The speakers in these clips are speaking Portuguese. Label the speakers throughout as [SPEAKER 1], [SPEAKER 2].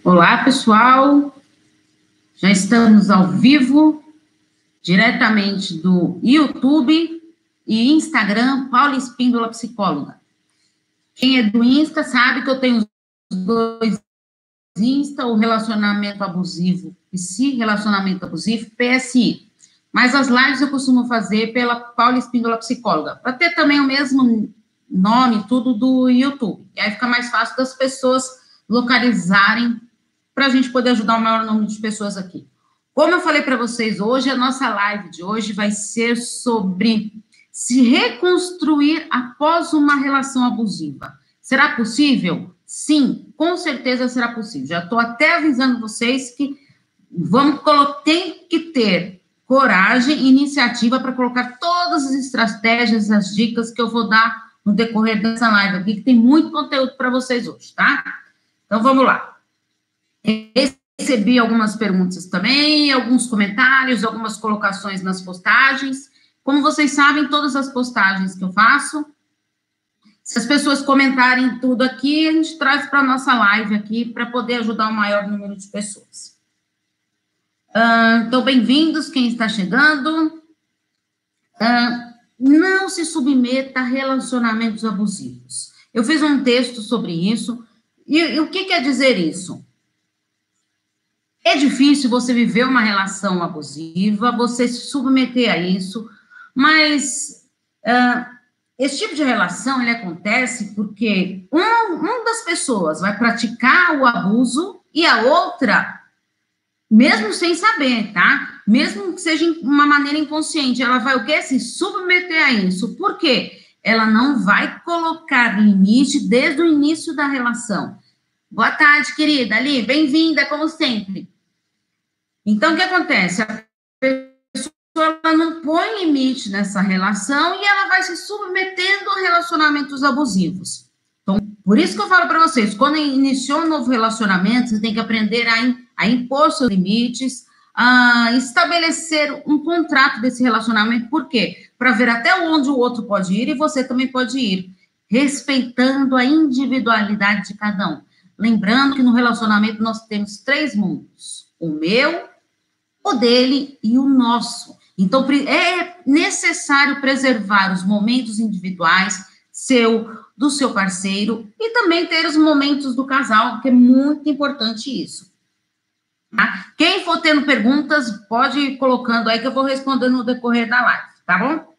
[SPEAKER 1] Olá, pessoal. Já estamos ao vivo, diretamente do YouTube e Instagram, Paula Espíndola Psicóloga. Quem é do Insta sabe que eu tenho os dois Insta, o relacionamento abusivo e se relacionamento abusivo, PSI. Mas as lives eu costumo fazer pela Paula Espíndola Psicóloga, para ter também o mesmo nome, tudo do YouTube. E aí fica mais fácil das pessoas localizarem para a gente poder ajudar o maior número de pessoas aqui. Como eu falei para vocês hoje, a nossa live de hoje vai ser sobre se reconstruir após uma relação abusiva. Será possível? Sim, com certeza será possível. Já estou até avisando vocês que tem que ter coragem e iniciativa para colocar todas as estratégias, as dicas que eu vou dar no decorrer dessa live aqui, que tem muito conteúdo para vocês hoje, tá? Então, vamos lá. Recebi algumas perguntas também, alguns comentários, algumas colocações nas postagens. Como vocês sabem, todas as postagens que eu faço, se as pessoas comentarem tudo aqui, a gente traz para a nossa live aqui, para poder ajudar o maior número de pessoas. Então, bem-vindos, quem está chegando. Não se submeta a relacionamentos abusivos. Eu fiz um texto sobre isso, e o que quer dizer isso? É difícil você viver uma relação abusiva, você se submeter a isso, mas esse tipo de relação, ele acontece porque uma das pessoas vai praticar o abuso e a outra, mesmo sem saber, tá? Mesmo que seja uma maneira inconsciente, ela vai o quê? Se submeter a isso. Por quê? Ela não vai colocar limite desde o início da relação. Boa tarde, querida Ali, bem-vinda, como sempre. Então, o que acontece? A pessoa ela não põe limite nessa relação e ela vai se submetendo a relacionamentos abusivos. Então, por isso que eu falo para vocês, quando iniciou um novo relacionamento, você tem que aprender a impor seus limites, a estabelecer um contrato desse relacionamento. Por quê? Para ver até onde o outro pode ir e você também pode ir, respeitando a individualidade de cada um. Lembrando que no relacionamento nós temos 3 mundos, o meu, o dele e o nosso. Então, é necessário preservar os momentos individuais do seu parceiro e também ter os momentos do casal, que é muito importante isso. Tá? Quem for tendo perguntas, pode ir colocando aí que eu vou respondendo no decorrer da live, tá bom?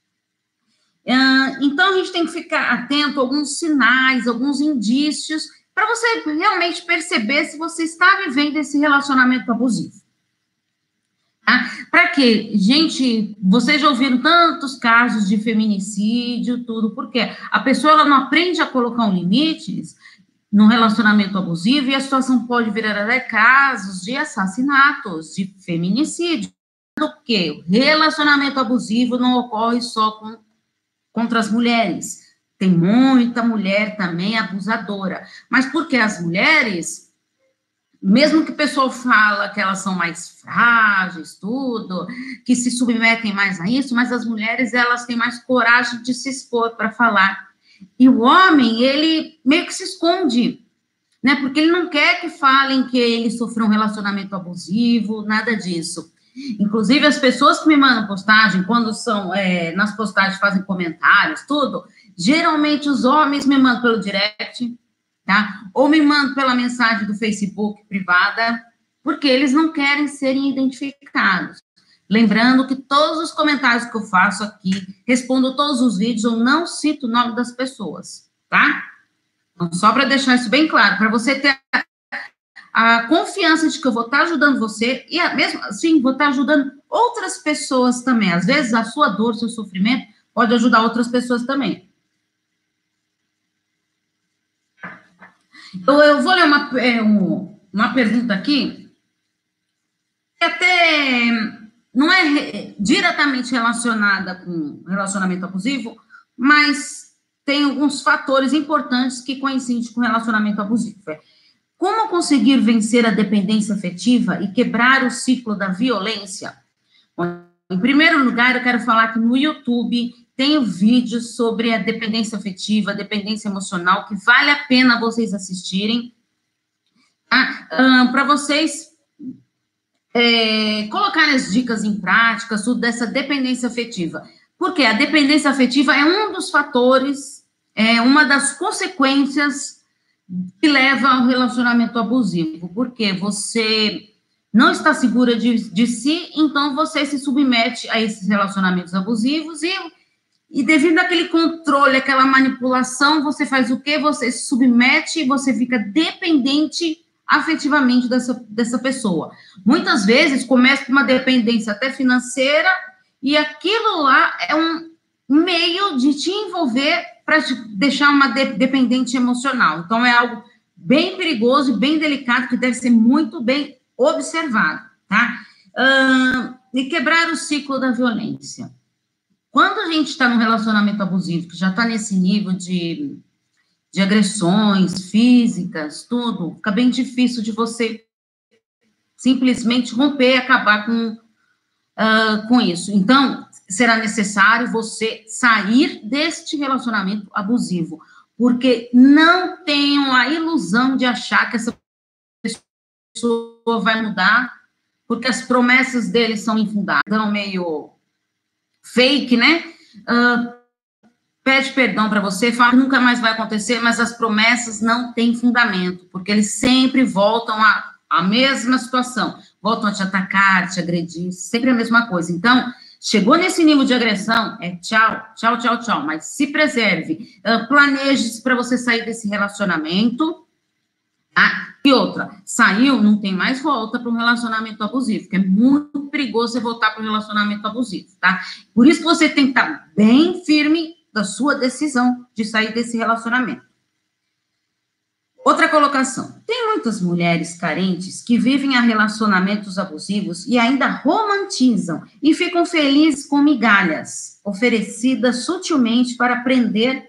[SPEAKER 1] Então, a gente tem que ficar atento a alguns sinais, alguns indícios, para você realmente perceber se você está vivendo esse relacionamento abusivo. Tá? Para quê? Gente, vocês já ouviram tantos casos de feminicídio, tudo, porque a pessoa ela não aprende a colocar limites no relacionamento abusivo e a situação pode virar até casos de assassinatos, de feminicídio. Porque o relacionamento abusivo não ocorre só contra as mulheres. Tem muita mulher também abusadora. Mas porque as mulheres, mesmo que o pessoal fala que elas são mais frágeis, tudo, que se submetem mais a isso, mas as mulheres, elas têm mais coragem de se expor para falar. E o homem, ele meio que se esconde, né? Porque ele não quer que falem que ele sofreu um relacionamento abusivo, nada disso. Inclusive, as pessoas que me mandam postagem, quando são, nas postagens fazem comentários, tudo, geralmente os homens me mandam pelo direct, tá? Ou me mandam pela mensagem do Facebook privada, porque eles não querem serem identificados. Lembrando que todos os comentários que eu faço aqui, respondo todos os vídeos, eu não cito o nome das pessoas, tá? Então, só para deixar isso bem claro, para você ter a confiança de que eu vou estar ajudando você, e mesmo assim, vou estar ajudando outras pessoas também. Às vezes, a sua dor, seu sofrimento, pode ajudar outras pessoas também. Então, eu vou ler uma pergunta aqui, que até não é diretamente relacionada com relacionamento abusivo, mas tem alguns fatores importantes que coincidem com relacionamento abusivo. Como conseguir vencer a dependência afetiva e quebrar o ciclo da violência? Bom, em primeiro lugar, eu quero falar que no YouTube tem vídeos sobre a dependência afetiva, a dependência emocional, que vale a pena vocês assistirem. Tá? Para vocês colocarem as dicas em prática, tudo dessa dependência afetiva. Porque a dependência afetiva é um dos fatores, é uma das consequências que leva ao relacionamento abusivo. Porque você não está segura de si, então você se submete a esses relacionamentos abusivos e devido àquele controle, aquela manipulação, você faz o quê? Você se submete e você fica dependente afetivamente dessa pessoa. Muitas vezes começa com uma dependência até financeira e aquilo lá é um meio de te envolver para te deixar uma dependente emocional. Então, é algo bem perigoso e bem delicado que deve ser muito bem observado, tá? E quebrar o ciclo da violência. Quando a gente está num relacionamento abusivo, que já está nesse nível de agressões físicas, tudo, fica bem difícil de você simplesmente romper e acabar com isso. Então, será necessário você sair deste relacionamento abusivo, porque não tenham a ilusão de achar que essa pessoa vai mudar, porque as promessas dele são infundadas, são meio fake, né? Pede perdão para você, fala que nunca mais vai acontecer, mas as promessas não têm fundamento, porque eles sempre voltam à mesma situação, voltam a te atacar, te agredir, sempre a mesma coisa. Então, chegou nesse nível de agressão, tchau, tchau, tchau, tchau, mas se preserve, planeje-se para você sair desse relacionamento, tá? E outra, saiu, não tem mais volta para um relacionamento abusivo, porque é muito perigoso você voltar para um relacionamento abusivo, tá? Por isso que você tem que estar bem firme da sua decisão de sair desse relacionamento. Outra colocação. Tem muitas mulheres carentes que vivem a relacionamentos abusivos e ainda romantizam e ficam felizes com migalhas oferecidas sutilmente para prender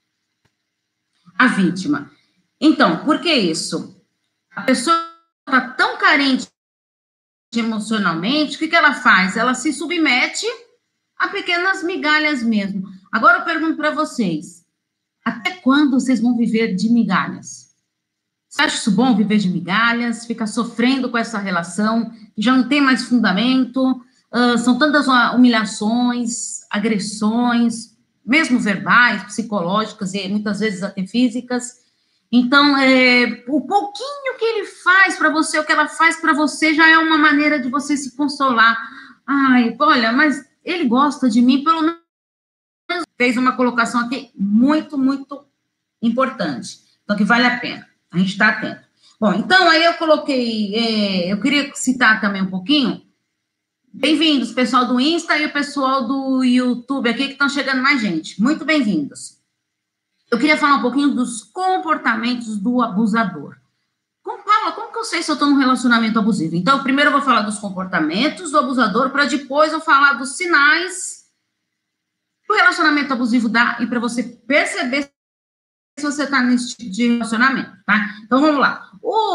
[SPEAKER 1] a vítima. Então, por que isso? A pessoa está tão carente emocionalmente, o que ela faz? Ela se submete a pequenas migalhas mesmo. Agora eu pergunto para vocês, até quando vocês vão viver de migalhas? Você acha isso bom, viver de migalhas, ficar sofrendo com essa relação, que já não tem mais fundamento, são tantas humilhações, agressões, mesmo verbais, psicológicas e muitas vezes até físicas. Então, o pouquinho que ele faz para você, o que ela faz para você, já é uma maneira de você se consolar. Ai, olha, mas ele gosta de mim, pelo menos fez uma colocação aqui muito, muito importante. Então, que vale a pena. A gente está atento. Bom, então, aí eu coloquei, eu queria citar também um pouquinho. Bem-vindos, pessoal do Insta e o pessoal do YouTube aqui, que estão chegando mais gente. Muito bem-vindos. Eu queria falar um pouquinho dos comportamentos do abusador. Paula, como que eu sei se eu estou num relacionamento abusivo? Então, primeiro eu vou falar dos comportamentos do abusador, para depois eu falar dos sinais que o relacionamento abusivo dá e para você perceber se você está nesse tipo de relacionamento, tá? Então, vamos lá.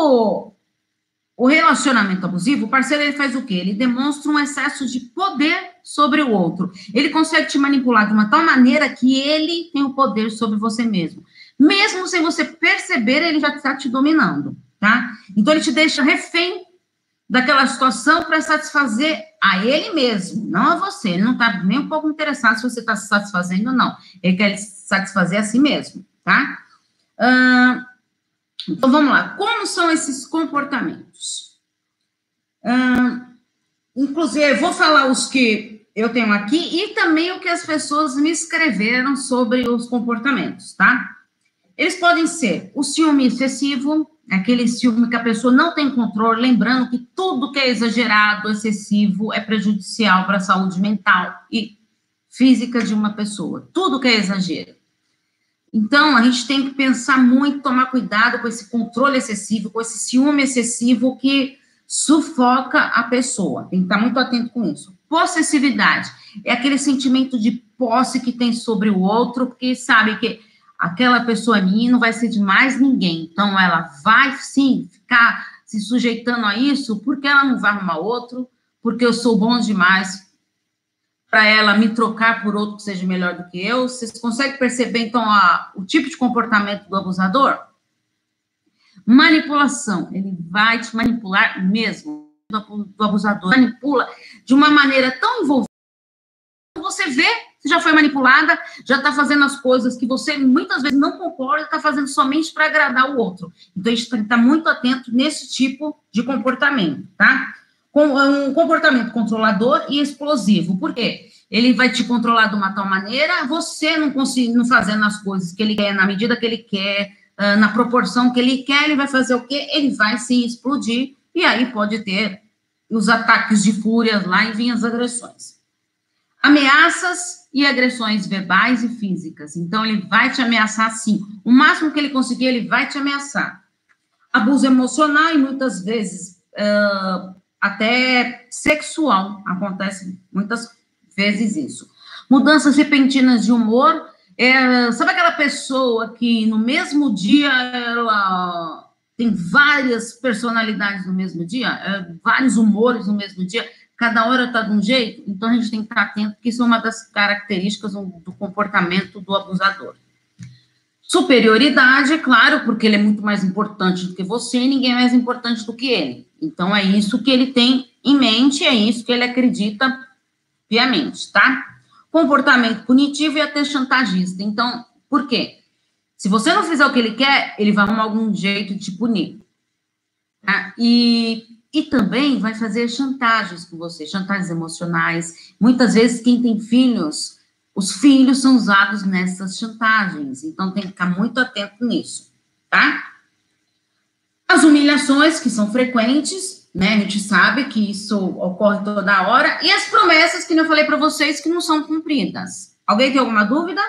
[SPEAKER 1] O relacionamento abusivo, o parceiro, ele faz o quê? Ele demonstra um excesso de poder sobre o outro. Ele consegue te manipular de uma tal maneira que ele tem o poder sobre você mesmo. Mesmo sem você perceber, ele já está te dominando, tá? Então, ele te deixa refém daquela situação para satisfazer a ele mesmo, não a você. Ele não está nem um pouco interessado se você está se satisfazendo ou não. Ele quer satisfazer a si mesmo, tá? Então, vamos lá. Como são esses comportamentos? Inclusive, eu vou falar os que eu tenho aqui e também o que as pessoas me escreveram sobre os comportamentos, tá? Eles podem ser o ciúme excessivo, aquele ciúme que a pessoa não tem controle, lembrando que tudo que é exagerado, excessivo, é prejudicial para a saúde mental e física de uma pessoa. Tudo que é exagero. Então, a gente tem que pensar muito, tomar cuidado com esse controle excessivo, com esse ciúme excessivo que sufoca a pessoa. Tem que estar muito atento com isso. Possessividade é aquele sentimento de posse que tem sobre o outro, porque sabe que aquela pessoa é minha, não vai ser de mais ninguém. Então, ela vai, sim, ficar se sujeitando a isso, porque ela não vai arrumar outro, porque eu sou bom demais para ela me trocar por outro que seja melhor do que eu. Vocês conseguem perceber, então, o tipo de comportamento do abusador? Manipulação, ele vai te manipular mesmo. O abusador manipula de uma maneira tão envolvente, você vê, você já foi manipulada, já está fazendo as coisas que você muitas vezes não concorda, está fazendo somente para agradar o outro. Então, a gente tem que estar muito atento nesse tipo de comportamento, tá? Um comportamento controlador e explosivo. Por quê? Ele vai te controlar de uma tal maneira, você não fazendo as coisas que ele quer, na medida que ele quer, na proporção que ele quer, ele vai fazer o quê? Ele vai se explodir, e aí pode ter os ataques de fúria lá e vir as agressões. Ameaças e agressões verbais e físicas. Então, ele vai te ameaçar sim. O máximo que ele conseguir, ele vai te ameaçar. Abuso emocional e muitas vezes até sexual. Acontece muitas vezes isso. Mudanças repentinas de humor. Sabe aquela pessoa que no mesmo dia ela tem várias personalidades no mesmo dia? Vários humores no mesmo dia? Cada hora está de um jeito? Então, a gente tem que estar atento, porque isso é uma das características do comportamento do abusador. Superioridade, é claro, porque ele é muito mais importante do que você e ninguém é mais importante do que ele. Então, é isso que ele tem em mente, é isso que ele acredita piamente, tá? Comportamento punitivo e até chantagista. Então, por quê? Se você não fizer o que ele quer, ele vai arrumar algum jeito de te punir. Tá? E também vai fazer chantagens com você, chantagens emocionais. Muitas vezes, quem tem filhos, os filhos são usados nessas chantagens. Então, tem que ficar muito atento nisso, tá? As humilhações, que são frequentes, né? A gente sabe que isso ocorre toda hora. E as promessas, que eu falei para vocês, que não são cumpridas. Alguém tem alguma dúvida?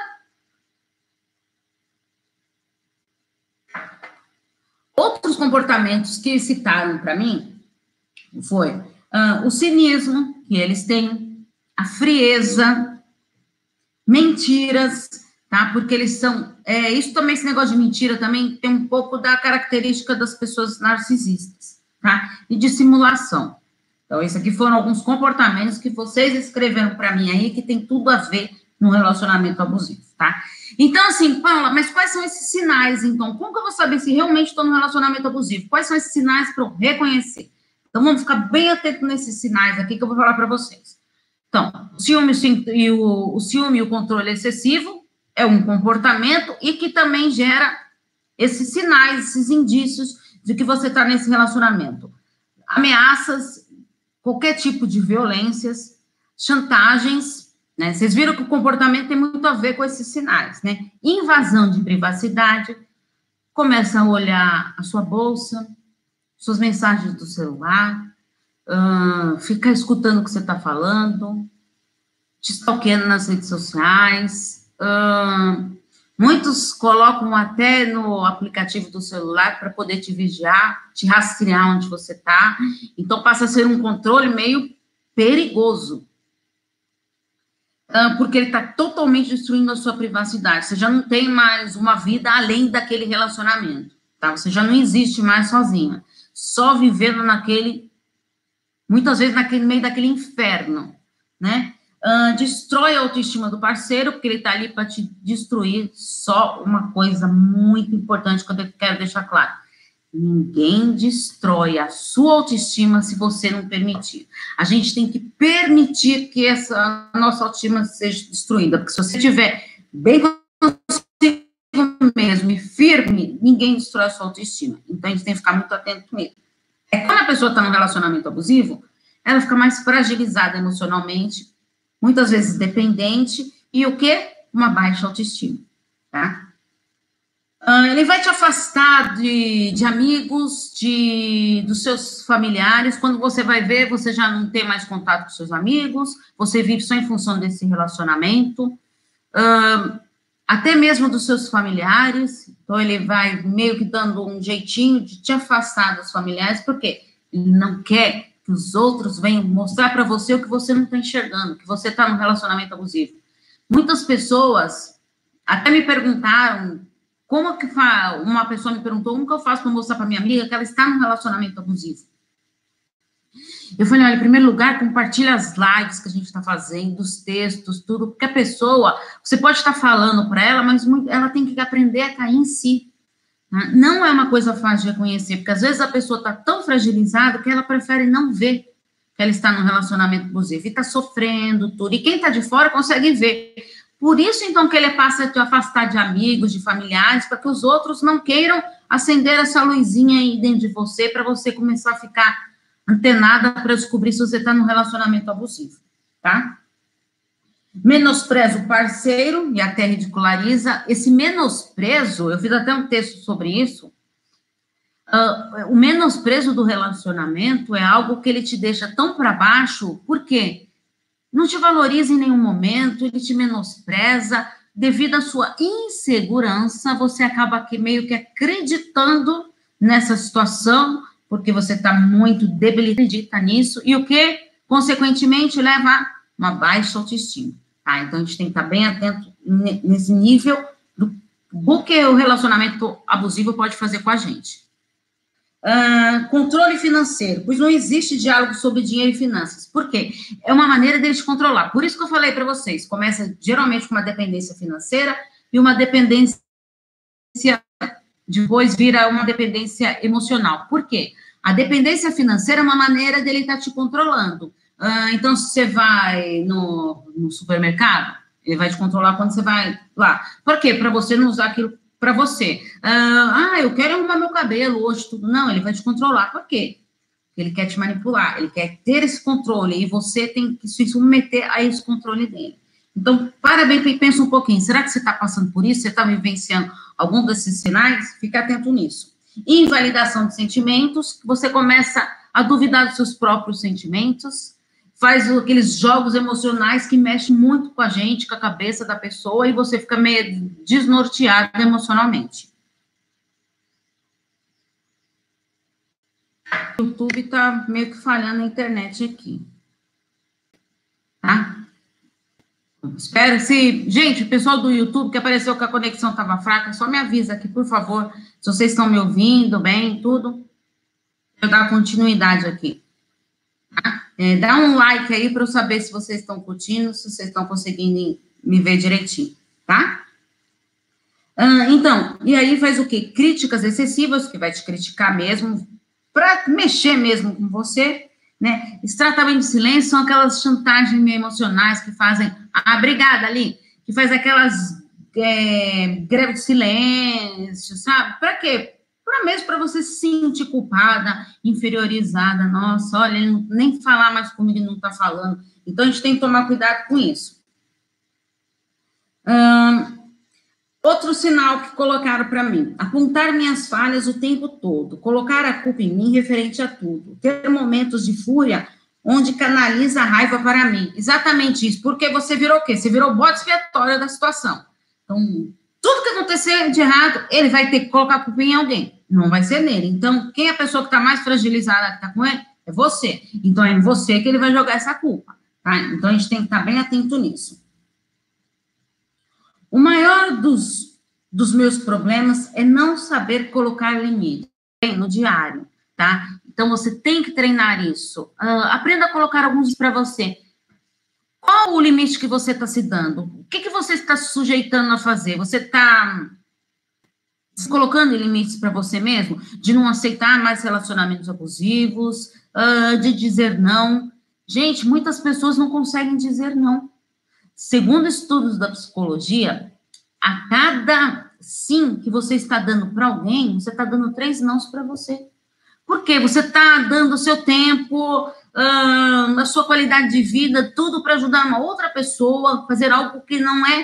[SPEAKER 1] Outros comportamentos que citaram para mim foi o cinismo que eles têm, a frieza, mentiras, tá? Porque eles são... isso também, esse negócio de mentira também tem um pouco da característica das pessoas narcisistas, tá? E de simulação. Então, esses aqui foram alguns comportamentos que vocês escreveram para mim aí, que tem tudo a ver no relacionamento abusivo, tá? Então, assim, Paula, mas quais são esses sinais, então? Como que eu vou saber se realmente estou no relacionamento abusivo? Quais são esses sinais para eu reconhecer? Então, vamos ficar bem atento nesses sinais aqui que eu vou falar para vocês. Então, o ciúme e o controle excessivo é um comportamento e que também gera esses sinais, esses indícios de que você está nesse relacionamento. Ameaças, qualquer tipo de violências, chantagens, né? Vocês viram que o comportamento tem muito a ver com esses sinais, né? Invasão de privacidade, começa a olhar a sua bolsa, suas mensagens do celular, ficar escutando o que você está falando, te stalkeando nas redes sociais, muitos colocam até no aplicativo do celular para poder te vigiar, te rastrear onde você está, então passa a ser um controle meio perigoso, porque ele está totalmente destruindo a sua privacidade, você já não tem mais uma vida além daquele relacionamento, tá? Você já não existe mais sozinha, só vivendo muitas vezes naquele meio daquele inferno, né? Destrói a autoestima do parceiro, porque ele está ali para te destruir. Só uma coisa muito importante que eu quero deixar claro: ninguém destrói a sua autoestima se você não permitir. A gente tem que permitir que essa nossa autoestima seja destruída, porque se você estiver bem consigo mesmo e firme, ninguém destrói a sua autoestima. Então, a gente tem que ficar muito atento nisso. Quando a pessoa está num relacionamento abusivo, ela fica mais fragilizada emocionalmente, muitas vezes dependente, e o quê? Uma baixa autoestima, tá? Ele vai te afastar de amigos, dos seus familiares. Quando você vai ver, você já não tem mais contato com seus amigos, você vive só em função desse relacionamento, até mesmo dos seus familiares. Então, ele vai meio que dando um jeitinho de te afastar dos familiares, porque ele não quer que os outros venham mostrar para você o que você não está enxergando, que você está num relacionamento abusivo. Muitas pessoas até me perguntaram, uma pessoa me perguntou, como que eu faço para mostrar para minha amiga que ela está num relacionamento abusivo? Eu falei, olha, em primeiro lugar, compartilha as lives que a gente está fazendo, os textos, tudo, porque a pessoa, você pode estar falando para ela, mas ela tem que aprender a cair em si. Tá? Não é uma coisa fácil de reconhecer, porque às vezes a pessoa está tão fragilizada que ela prefere não ver que ela está num relacionamento abusivo e está sofrendo tudo. E quem está de fora consegue ver. Por isso, então, que ele passa a te afastar de amigos, de familiares, para que os outros não queiram acender essa luzinha aí dentro de você, para você começar a ficar antenada para descobrir se você está num relacionamento abusivo, tá? Menospreza o parceiro e até ridiculariza. Esse menosprezo, eu fiz até um texto sobre isso, o menosprezo do relacionamento é algo que ele te deixa tão para baixo, por quê? Não te valoriza em nenhum momento, ele te menospreza, devido à sua insegurança, você acaba aqui meio que acreditando nessa situação, porque você está muito debilitada nisso, e o que, consequentemente, leva a uma baixa autoestima, tá? Então, a gente tem que estar bem atento nesse nível do que o relacionamento abusivo pode fazer com a gente. Controle financeiro, pois não existe diálogo sobre dinheiro e finanças. Por quê? É uma maneira deles te controlar. Por isso que eu falei para vocês, começa geralmente com uma dependência financeira e uma dependência, depois vira uma dependência emocional. Por quê? A dependência financeira é uma maneira dele estar te controlando. Então, se você vai no supermercado, ele vai te controlar quando você vai lá. Por quê? Para você não usar aquilo para você. Eu quero arrumar meu cabelo hoje, tudo. Não, ele vai te controlar. Por quê? Porque ele quer te manipular, ele quer ter esse controle, e você tem que se submeter a esse controle dele. Então, para bem e pensa um pouquinho, será que você está passando por isso? Você está vivenciando algum desses sinais? Fica atento nisso. Invalidação de sentimentos, você começa a duvidar dos seus próprios sentimentos, faz aqueles jogos emocionais que mexem muito com a gente, com a cabeça da pessoa, e você fica meio desnorteado emocionalmente. O YouTube tá meio que falhando a internet aqui. Tá? Espero se... Gente, o pessoal do YouTube que apareceu que a conexão estava fraca, só me avisa aqui, por favor, se vocês estão me ouvindo bem, tudo. Eu dar continuidade aqui. Tá? Dá um like aí para eu saber se vocês estão curtindo, se vocês estão conseguindo me ver direitinho, tá? Então, e aí faz o quê? Críticas excessivas, que vai te criticar mesmo, para mexer mesmo com você, né? Esse tratamento de silêncio são aquelas chantagens meio emocionais que fazem, obrigada ali, que faz aquelas greve de silêncio, sabe? Para quê? Mesmo para você se sentir culpada, inferiorizada, nossa, olha, ele nem falar mais comigo, ele não está falando. Então, a gente tem que tomar cuidado com isso. Outro sinal que colocaram para mim, apontar minhas falhas o tempo todo, colocar a culpa em mim referente a tudo, ter momentos de fúria onde canaliza a raiva para mim. Exatamente isso, porque você virou o quê? Você virou bode expiatório da situação. Então, tudo que acontecer de errado, ele vai ter que colocar a culpa em alguém. Não vai ser nele. Então, quem é a pessoa que está mais fragilizada, que está com ele? É você. Então, é em você que ele vai jogar essa culpa. Tá? Então, a gente tem que estar bem atento nisso. O maior dos meus problemas é não saber colocar limite no diário, tá? Então, você tem que treinar isso. Aprenda a colocar alguns para você. Qual o limite que você está se dando? O que você está se sujeitando a fazer? Você está se colocando limites para você mesmo? De não aceitar mais relacionamentos abusivos, de dizer não. Gente, muitas pessoas não conseguem dizer não. Segundo estudos da psicologia, a cada sim que você está dando para alguém, você está dando 3 nãos para você. Por quê? Você está dando o seu tempo, a sua qualidade de vida, tudo para ajudar uma outra pessoa a fazer algo que não é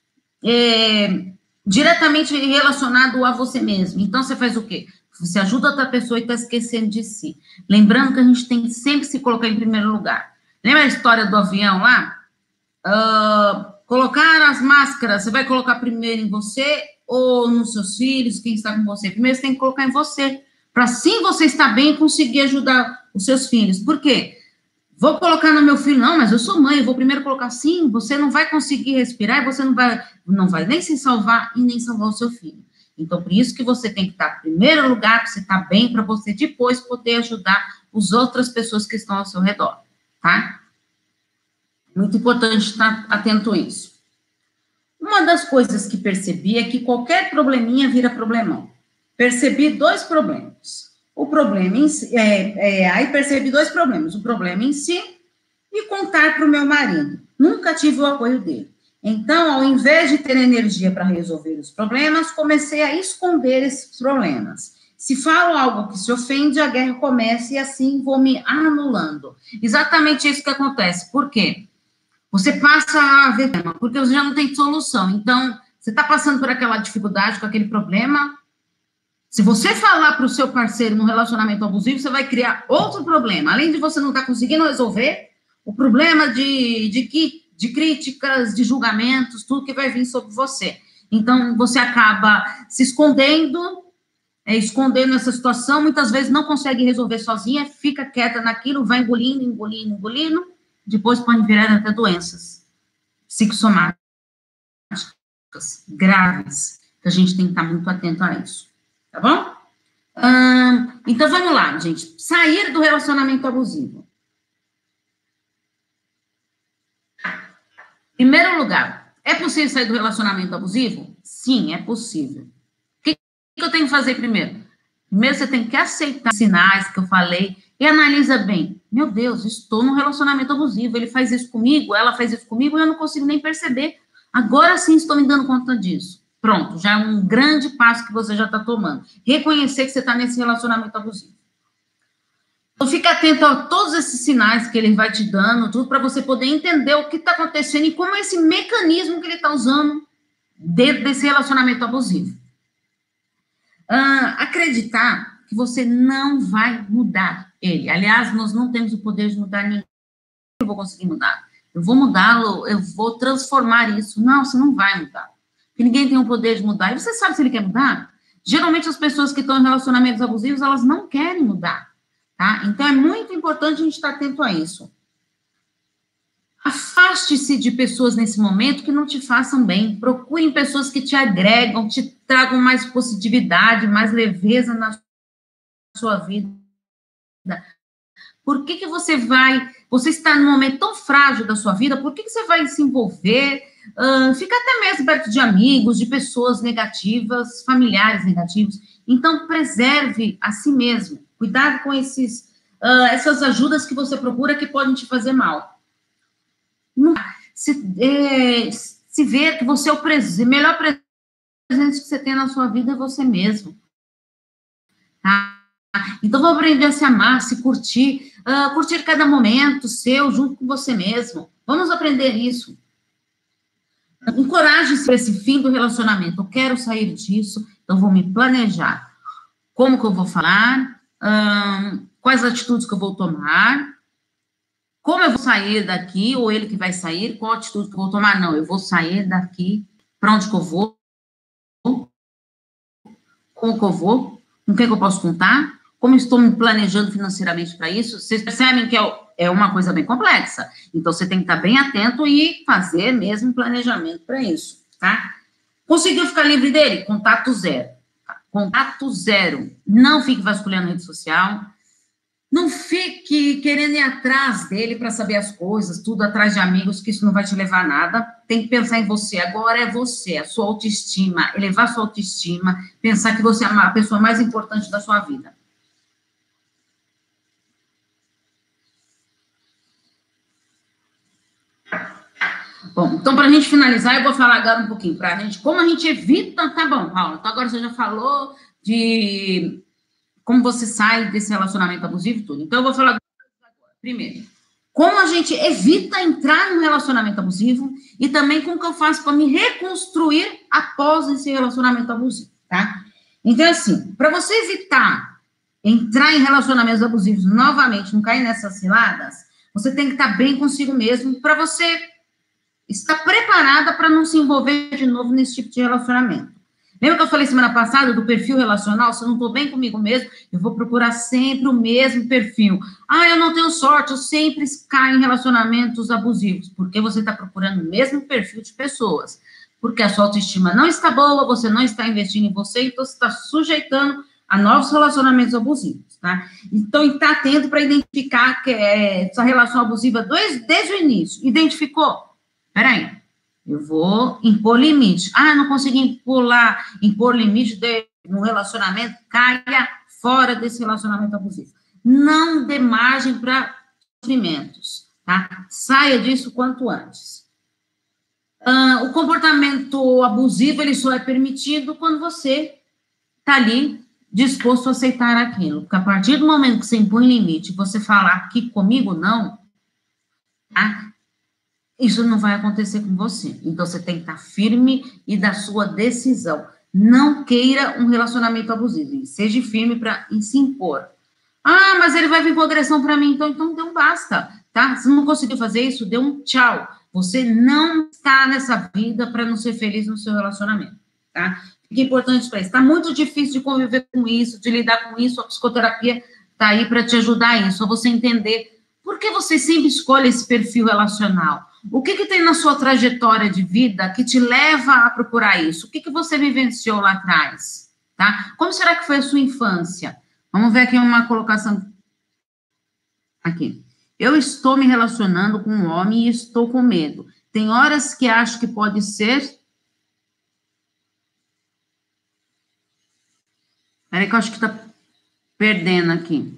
[SPEAKER 1] diretamente relacionado a você mesmo. Então, você faz o quê? Você ajuda outra pessoa e está esquecendo de si. Lembrando que a gente tem que sempre se colocar em primeiro lugar. Lembra a história do avião lá? Colocar as máscaras, você vai colocar primeiro em você ou nos seus filhos, quem está com você? Primeiro você tem que colocar em você, para assim você estar bem e conseguir ajudar os seus filhos. Por quê? Vou colocar no meu filho, não, mas eu sou mãe, eu vou primeiro colocar, sim, você não vai conseguir respirar e você não vai nem se salvar e nem salvar o seu filho. Então, por isso que você tem que estar em primeiro lugar, para você estar bem, para você depois poder ajudar as outras pessoas que estão ao seu redor, tá? Muito importante estar atento a isso. Uma das coisas que percebi é que qualquer probleminha vira problemão. percebi dois problemas. O problema em si, aí percebi dois problemas. O problema em si e contar para o meu marido. Nunca tive o apoio dele. Então, ao invés de ter energia para resolver os problemas, comecei a esconder esses problemas. Se falo algo que se ofende, a guerra começa e assim vou me anulando. Exatamente isso que acontece. Por quê? Você passa a ver, porque você já não tem solução. Então, você está passando por aquela dificuldade, com aquele problema. Se você falar para o seu parceiro no relacionamento abusivo, você vai criar outro problema. Além de você não estar conseguindo resolver, o problema de críticas, de julgamentos, tudo que vai vir sobre você. Então, você acaba se escondendo essa situação, muitas vezes não consegue resolver sozinha, fica quieta naquilo, vai engolindo, depois pode virar até doenças psicossomáticas graves, que a gente tem que estar muito atento a isso, tá bom? Então, vamos lá, gente, sair do relacionamento abusivo. Em primeiro lugar, é possível sair do relacionamento abusivo? Sim, é possível. O que eu tenho que fazer primeiro? Primeiro, você tem que aceitar os sinais que eu falei e analisa bem. Meu Deus, estou num relacionamento abusivo, ele faz isso comigo, ela faz isso comigo, e eu não consigo nem perceber. Agora sim estou me dando conta disso. Pronto, já é um grande passo que você já está tomando. Reconhecer que você está nesse relacionamento abusivo. Então, fica atento a todos esses sinais que ele vai te dando, tudo para você poder entender o que está acontecendo e como é esse mecanismo que ele está usando dentro desse relacionamento abusivo. Acreditar que você não vai mudar ele. Aliás, nós não temos o poder de mudar ninguém. Eu vou conseguir mudar. Eu vou mudá-lo, eu vou transformar isso. Não, você não vai mudar. Porque ninguém tem o poder de mudar. E você sabe se ele quer mudar? Geralmente, as pessoas que estão em relacionamentos abusivos, elas não querem mudar. Tá? Então, é muito importante a gente estar atento a isso. Afaste-se de pessoas nesse momento que não te façam bem. Procure pessoas que te agregam, te tragam mais positividade, mais leveza na sua vida. Por que você está num momento tão frágil da sua vida, por que você vai se envolver, fica até mesmo perto de amigos, de pessoas negativas, familiares negativos. Então, preserve a si mesmo. Cuidado com essas ajudas que você procura que podem te fazer mal. Se ver que você é o melhor presente que você tem na sua vida é você mesmo. Tá? Então, vamos aprender a se amar, a se curtir, curtir cada momento seu junto com você mesmo. Vamos aprender isso. Encoraje-se para esse fim do relacionamento. Eu quero sair disso, então vou me planejar. Como que eu vou falar? Quais atitudes que eu vou tomar? Como eu vou sair daqui, ou ele que vai sair, qual atitude que eu vou tomar? Não, eu vou sair daqui, para onde que eu vou? Como que eu vou? Com quem que eu posso contar? Como estou me planejando financeiramente para isso? Vocês percebem que é uma coisa bem complexa. Então, você tem que estar bem atento e fazer mesmo um planejamento para isso, tá? Conseguiu ficar livre dele? Contato zero. Contato zero. Não fique vasculhando a rede social. Não fique querendo ir atrás dele para saber as coisas, tudo atrás de amigos, que isso não vai te levar a nada. Tem que pensar em você. Agora é você, a sua autoestima, elevar a sua autoestima, pensar que você é a pessoa mais importante da sua vida. Bom, então, para a gente finalizar, eu vou falar agora um pouquinho para a gente, como a gente evita, tá bom, Paula, então agora você já falou de como você sai desse relacionamento abusivo e tudo. Então, eu vou falar agora. Primeiro, como a gente evita entrar num relacionamento abusivo e também como que eu faço para me reconstruir após esse relacionamento abusivo, tá? Então, assim, para você evitar entrar em relacionamentos abusivos novamente, não cair nessas ciladas, você tem que estar bem consigo mesmo para você estar preparada para não se envolver de novo nesse tipo de relacionamento. Lembra que eu falei semana passada do perfil relacional? Se eu não estou bem comigo mesmo, eu vou procurar sempre o mesmo perfil. Eu não tenho sorte, eu sempre caio em relacionamentos abusivos. Porque você está procurando o mesmo perfil de pessoas. Porque a sua autoestima não está boa, você não está investindo em você, então você está sujeitando a novos relacionamentos abusivos, tá? Então, está atento para identificar que essa relação abusiva desde o início. Identificou? Peraí. Eu vou impor limite. Não consegui impor limite, no relacionamento, caia fora desse relacionamento abusivo. Não dê margem para sofrimentos, tá? Saia disso quanto antes. O comportamento abusivo, ele só é permitido quando você está ali disposto a aceitar aquilo. Porque a partir do momento que você impõe limite, você falar aqui comigo não, tá? Isso não vai acontecer com você. Então, você tem que estar firme e da sua decisão. Não queira um relacionamento abusivo. Seja firme para se impor. Ah, mas ele vai vir com agressão para mim. Então basta, tá? Se não conseguiu fazer isso, dê um tchau. Você não está nessa vida para não ser feliz no seu relacionamento, tá? Fica importante para isso. Está muito difícil de conviver com isso, de lidar com isso. A psicoterapia está aí para te ajudar a isso. Só você entender por que você sempre escolhe esse perfil relacional. O que tem na sua trajetória de vida que te leva a procurar isso? O que você vivenciou lá atrás, tá? Como será que foi a sua infância? Vamos ver aqui uma colocação. Aqui. Eu estou me relacionando com um homem e estou com medo. Tem horas que acho que pode ser... Peraí que eu acho que está perdendo aqui.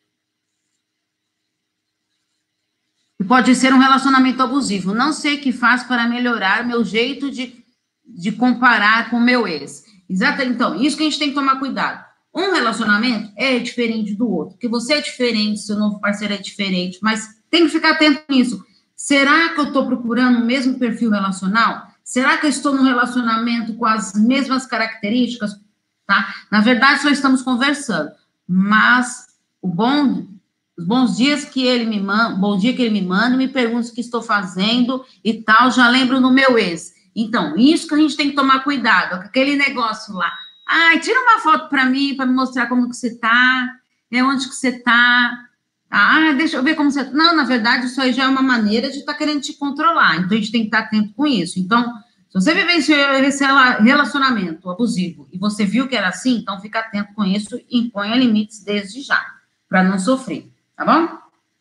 [SPEAKER 1] Pode ser um relacionamento abusivo. Não sei o que faz para melhorar meu jeito de comparar com o meu ex. Exatamente. Então, isso que a gente tem que tomar cuidado. Um relacionamento é diferente do outro. Porque você é diferente, seu novo parceiro é diferente. Mas tem que ficar atento nisso. Será que eu estou procurando o mesmo perfil relacional? Será que eu estou num relacionamento com as mesmas características? Tá? Na verdade, só estamos conversando. Mas os bons dias que ele me manda, bom dia que ele me manda, me pergunta o que estou fazendo e tal, já lembro no meu ex. Então, isso que a gente tem que tomar cuidado, aquele negócio lá. Ai, tira uma foto para mim, para me mostrar como que você tá, onde que você tá. Ah, deixa eu ver como você tá. Não, na verdade, isso aí já é uma maneira de estar querendo te controlar, então a gente tem que estar atento com isso. Então, se você viver esse relacionamento abusivo e você viu que era assim, então fica atento com isso e imponha limites desde já, para não sofrer. Tá bom?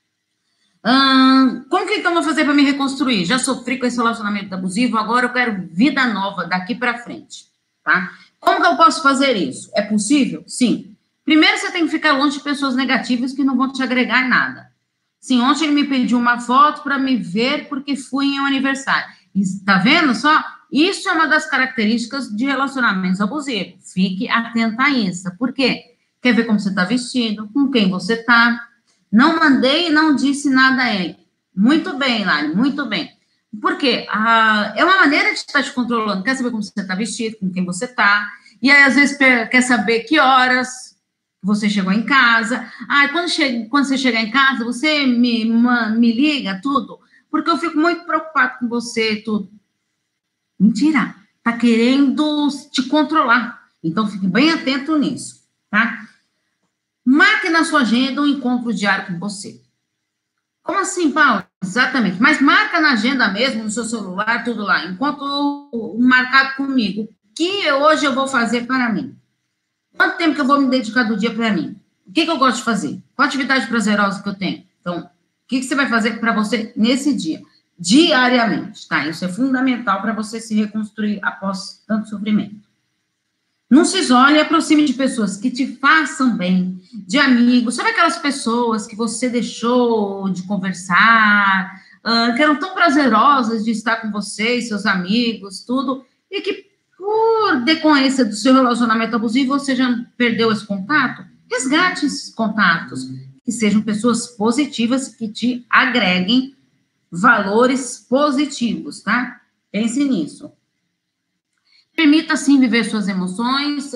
[SPEAKER 1] Como que então eu vou fazer para me reconstruir? Já sofri com esse relacionamento abusivo, agora eu quero vida nova daqui para frente, tá? Como que eu posso fazer isso? É possível? Sim. Primeiro você tem que ficar longe de pessoas negativas que não vão te agregar nada. Sim, ontem ele me pediu uma foto para me ver porque fui em um aniversário. E, tá vendo só? Isso é uma das características de relacionamentos abusivos. Fique atenta a isso. Por quê? Quer ver como você está vestido, com quem você está. Não mandei e não disse nada a ele. Muito bem, Lari, muito bem. Por quê? É uma maneira de estar te controlando. Quer saber como você está vestido, com quem você está. E aí, às vezes, quer saber que horas você chegou em casa. Quando você chegar em casa, você me liga, tudo. Porque eu fico muito preocupado com você, tudo. Mentira. Está querendo te controlar. Então, fique bem atento nisso, tá? Marque na sua agenda um encontro diário com você. Como assim, Paulo? Exatamente. Mas marca na agenda mesmo, no seu celular, tudo lá. Encontro marcado comigo. O que hoje eu vou fazer para mim? Quanto tempo que eu vou me dedicar do dia para mim? O que eu gosto de fazer? Qual atividade prazerosa que eu tenho? Então, o que você vai fazer para você nesse dia? Diariamente, tá? Isso é fundamental para você se reconstruir após tanto sofrimento. Não se isole e aproxime de pessoas que te façam bem, de amigos. Sabe aquelas pessoas que você deixou de conversar, que eram tão prazerosas de estar com você e seus amigos, tudo, e que por decorrência do seu relacionamento abusivo, você já perdeu esse contato? Resgate esses contatos, que sejam pessoas positivas, que te agreguem valores positivos, tá? Pense nisso. Permita, sim, viver suas emoções,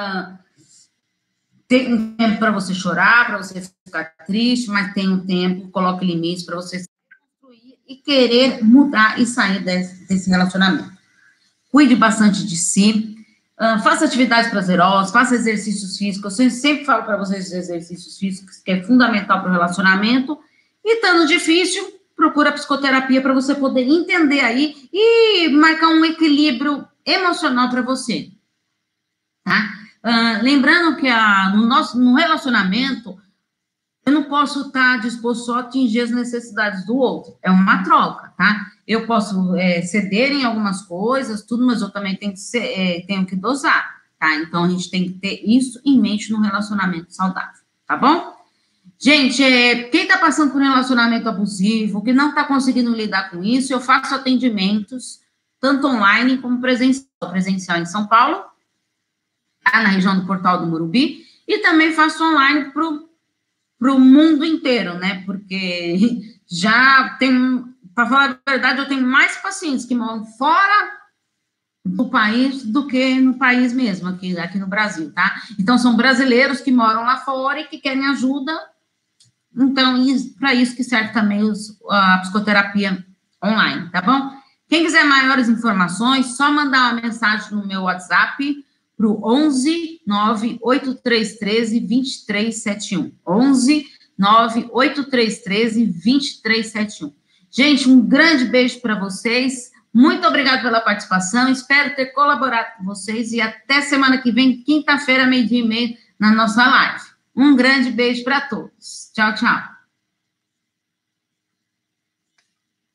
[SPEAKER 1] tem um tempo para você chorar, para você ficar triste, mas tem um tempo, coloque limites para você se construir e querer mudar e sair desse relacionamento. Cuide bastante de si, faça atividades prazerosas, faça exercícios físicos, eu sempre falo para vocês os exercícios físicos, que é fundamental para o relacionamento, e estando difícil, procura psicoterapia para você poder entender aí e marcar um equilíbrio emocional para você, tá? Lembrando que no relacionamento, eu não posso estar disposto só a atingir as necessidades do outro, é uma troca, tá? Eu posso ceder em algumas coisas, tudo, mas eu também tenho que dosar, tá? Então, a gente tem que ter isso em mente no relacionamento saudável, tá bom? Gente, quem está passando por relacionamento abusivo, que não está conseguindo lidar com isso, eu faço atendimentos, tanto online como presencial em São Paulo, tá? Na região do Portal do Morumbi, e também faço online para o mundo inteiro, né? Porque já tem, para falar a verdade, eu tenho mais pacientes que moram fora do país do que no país mesmo, aqui no Brasil, tá? Então, são brasileiros que moram lá fora e que querem ajuda. Então, para isso que serve também a psicoterapia online, tá bom? Quem quiser maiores informações, só mandar uma mensagem no meu WhatsApp para o 11 98313 2371. 11 98313 2371. Gente, um grande beijo para vocês. Muito obrigada pela participação. Espero ter colaborado com vocês e até semana que vem, quinta-feira, 12:30, na nossa live. Um grande beijo para todos. Tchau, tchau.